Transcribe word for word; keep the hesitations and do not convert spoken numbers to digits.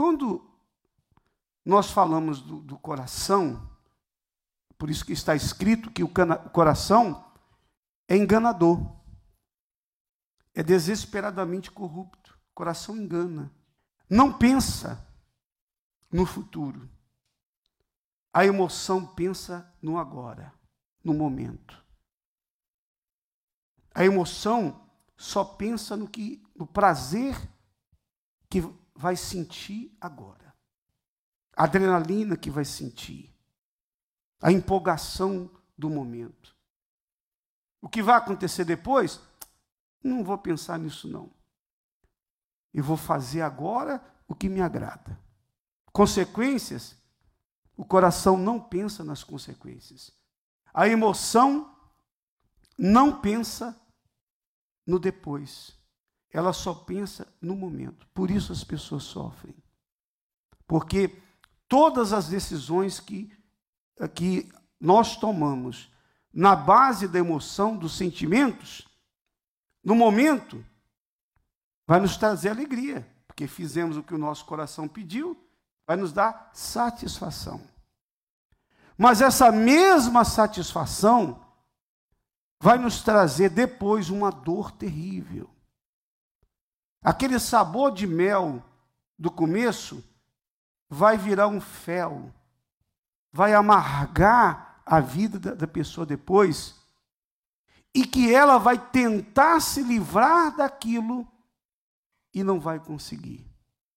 Quando nós falamos do, do coração, por isso que está escrito que o, cana, o coração é enganador, é desesperadamente corrupto. O coração engana, não pensa no futuro. A emoção pensa no agora, no momento. A emoção só pensa no que, no prazer que vai sentir agora. A adrenalina que vai sentir. A empolgação do momento. O que vai acontecer depois? Não vou pensar nisso não. Eu vou fazer agora o que me agrada. Consequências? O coração não pensa nas consequências. A emoção não pensa no depois. Ela só pensa no momento. Por isso as pessoas sofrem. Porque todas as decisões que, que nós tomamos na base da emoção, dos sentimentos, no momento, vai nos trazer alegria. Porque fizemos o que o nosso coração pediu, vai nos dar satisfação. Mas essa mesma satisfação vai nos trazer depois uma dor terrível. Aquele sabor de mel do começo vai virar um fel, vai amargar a vida da, da pessoa depois, e que ela vai tentar se livrar daquilo e não vai conseguir.